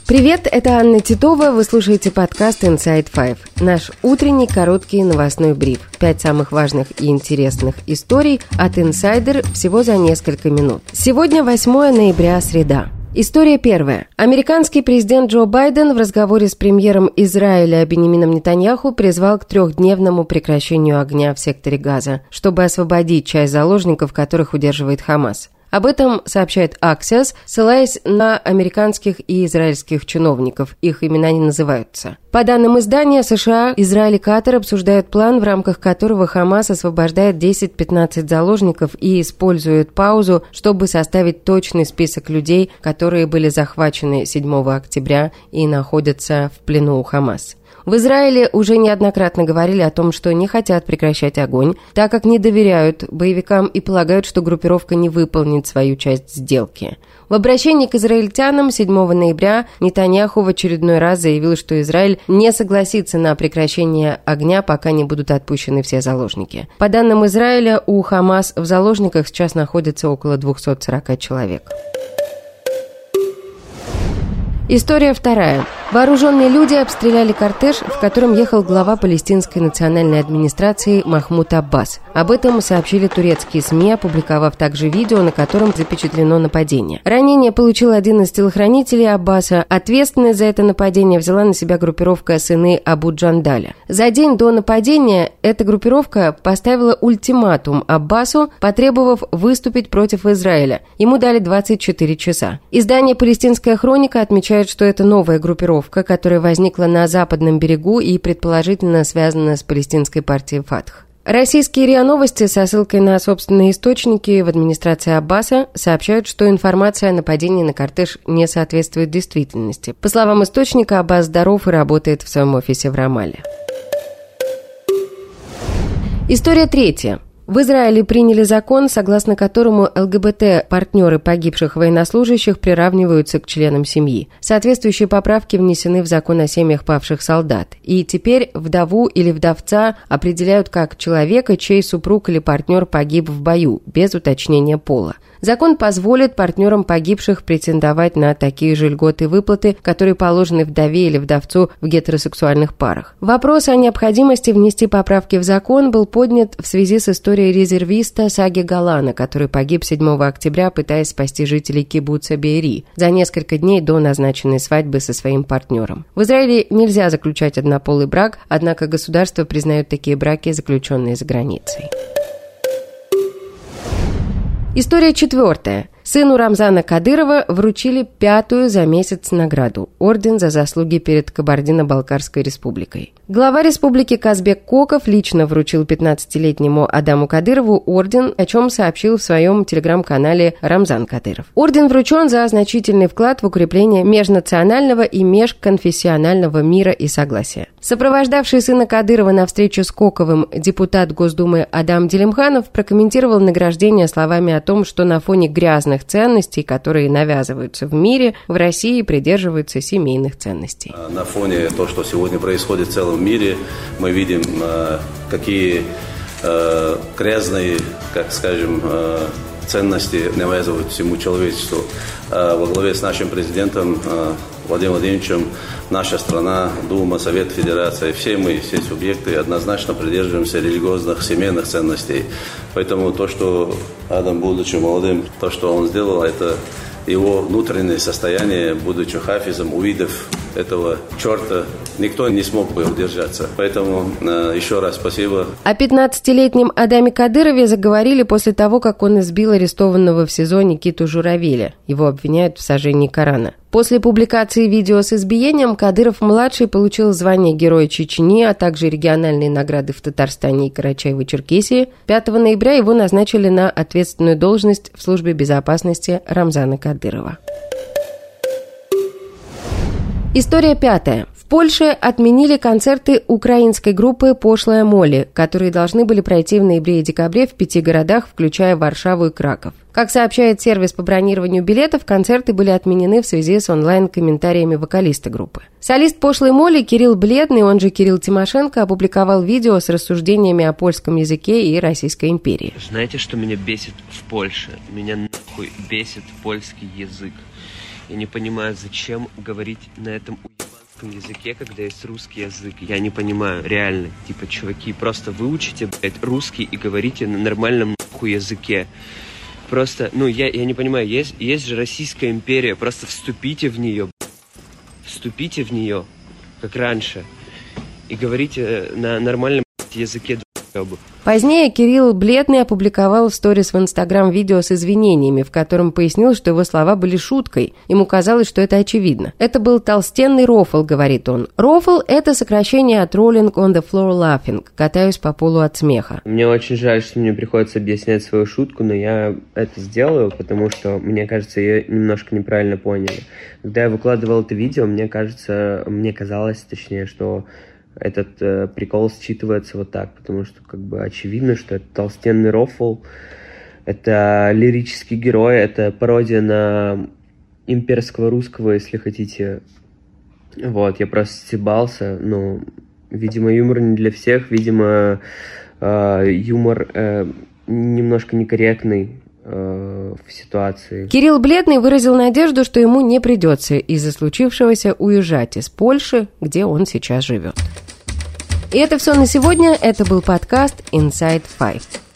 Привет, это Анна Титова, вы слушаете подкаст Inside Five, наш утренний короткий новостной бриф. 5 самых важных и интересных историй от инсайдер всего за несколько минут. Сегодня 8 ноября, среда. История первая. Американский президент Джо Байден в разговоре с премьером Израиля Биньямином Нетаньяху призвал к 3-дневному прекращению огня в секторе Газа, чтобы освободить часть заложников, которых удерживает Хамас. Об этом сообщает Axios, ссылаясь на американских и израильских чиновников. Их имена не называются. По данным издания, США, Израиль и Катар обсуждают план, в рамках которого Хамас освобождает 10-15 заложников и использует паузу, чтобы составить точный список людей, которые были захвачены 7 октября и находятся в плену у Хамас. В Израиле уже неоднократно говорили о том, что не хотят прекращать огонь, так как не доверяют боевикам и полагают, что группировка не выполнит свою часть сделки. В обращении к израильтянам 7 ноября Нетаньяху в очередной раз заявил, что Израиль не согласится на прекращение огня, пока не будут отпущены все заложники. По данным Израиля, у Хамас в заложниках сейчас находится около 240 человек. История вторая. Вооруженные люди обстреляли кортеж, в котором ехал глава палестинской национальной администрации Махмуд Аббас. Об этом сообщили турецкие СМИ, опубликовав также видео, на котором запечатлено нападение. Ранение получил один из телохранителей Аббаса. Ответственность за это нападение взяла на себя группировка «Сыны Абу Джандаля». За день до нападения эта группировка поставила ультиматум Аббасу, потребовав выступить против Израиля. Ему дали 24 часа. Издание «Палестинская хроника» отмечает, что это новая группировка, которая возникла на западном берегу и предположительно связана с палестинской партией Фатх. Российские РИА Новости со ссылкой на собственные источники в администрации Аббаса сообщают, что информация о нападении на кортеж не соответствует действительности. По словам источника, Аббас здоров и работает в своем офисе в Рамалле. История третья. В Израиле приняли закон, согласно которому ЛГБТ-партнеры погибших военнослужащих приравниваются к членам семьи. Соответствующие поправки внесены в закон о семьях павших солдат. И теперь вдову или вдовца определяют как человека, чей супруг или партнер погиб в бою, без уточнения пола. Закон позволит партнерам погибших претендовать на такие же льготы и выплаты, которые положены вдове или вдовцу в гетеросексуальных парах. Вопрос о необходимости внести поправки в закон был поднят в связи с историей резервиста Саги Галана, который погиб 7 октября, пытаясь спасти жителей кибуца Беэри за несколько дней до назначенной свадьбы со своим партнером. В Израиле нельзя заключать однополый брак, однако государство признает такие браки, заключенные за границей. История четвертая. Сыну Рамзана Кадырова вручили 5-ю за месяц награду – орден за заслуги перед Кабардино-Балкарской республикой. Глава республики Казбек Коков лично вручил 15-летнему Адаму Кадырову орден, о чем сообщил в своем телеграм-канале Рамзан Кадыров. Орден вручен за значительный вклад в укрепление межнационального и межконфессионального мира и согласия. Сопровождавший сына Кадырова на встречу с Коковым депутат Госдумы Адам Делимханов прокомментировал награждение словами о том, что на фоне грязных ценностей, которые навязываются в мире, в России придерживаются семейных ценностей. На фоне того, что сегодня происходит в целом мире, мы видим, какие грязные, как скажем, ценности навязывают всему человечеству. Во главе с нашим президентом Владимиром Владимировичем наша страна, Дума, Совет Федерации, все мы, все субъекты однозначно придерживаемся религиозных, семейных ценностей. Поэтому то, что Адам, будучи молодым, то, что он сделал, это его внутреннее состояние, будучи хафизом, увидев этого черта, никто не смог бы удержаться. Поэтому еще раз спасибо. О 15-летнем Адаме Кадырове заговорили после того, как он избил арестованного в СИЗО Никиту Журавеля. Его обвиняют в сожжении Корана. После публикации видео с избиением Кадыров-младший получил звание Героя Чечни, а также региональные награды в Татарстане и Карачаево-Черкесии. 5 ноября его назначили на ответственную должность в службе безопасности Рамзана Кадырова. История пятая. В Польше отменили концерты украинской группы «Пошлая Молли», которые должны были пройти в ноябре и декабре в 5 городах, включая Варшаву и Краков. Как сообщает сервис по бронированию билетов, концерты были отменены в связи с онлайн-комментариями вокалиста группы. Солист «Пошлой Молли» Кирилл Бледный, он же Кирилл Тимошенко, опубликовал видео с рассуждениями о польском языке и Российской империи. Знаете, что меня бесит в Польше? Меня нахуй бесит польский язык. Я не понимаю, зачем говорить на этом языке, когда есть русский язык. Я не понимаю, реально. Типа, чуваки, просто выучите, блядь, русский и говорите на нормальном нахуй языке. Просто, я не понимаю, есть же Российская империя, просто вступите в нее, как раньше, и говорите на нормальном языке. Позднее Кирилл Бледный опубликовал в сторис в Инстаграм видео с извинениями, в котором пояснил, что его слова были шуткой. Ему казалось, что это очевидно. Это был толстенный рофл, говорит он. Рофл – это сокращение от Rolling on the floor laughing. Катаюсь по полу от смеха. Мне очень жаль, что мне приходится объяснять свою шутку, но я это сделаю, потому что, мне кажется, ее немножко неправильно поняли. Когда я выкладывал это видео, мне казалось, что этот прикол считывается вот так, потому что как бы очевидно, что это толстенный рофл, это лирический герой, это пародия на имперского русского, если хотите. Вот, я просто стебался, видимо, юмор не для всех, видимо, юмор немножко некорректный в ситуации. Кирилл Бледный выразил надежду, что ему не придется из-за случившегося уезжать из Польши, где он сейчас живет. И это все на сегодня. Это был подкаст Inside Five.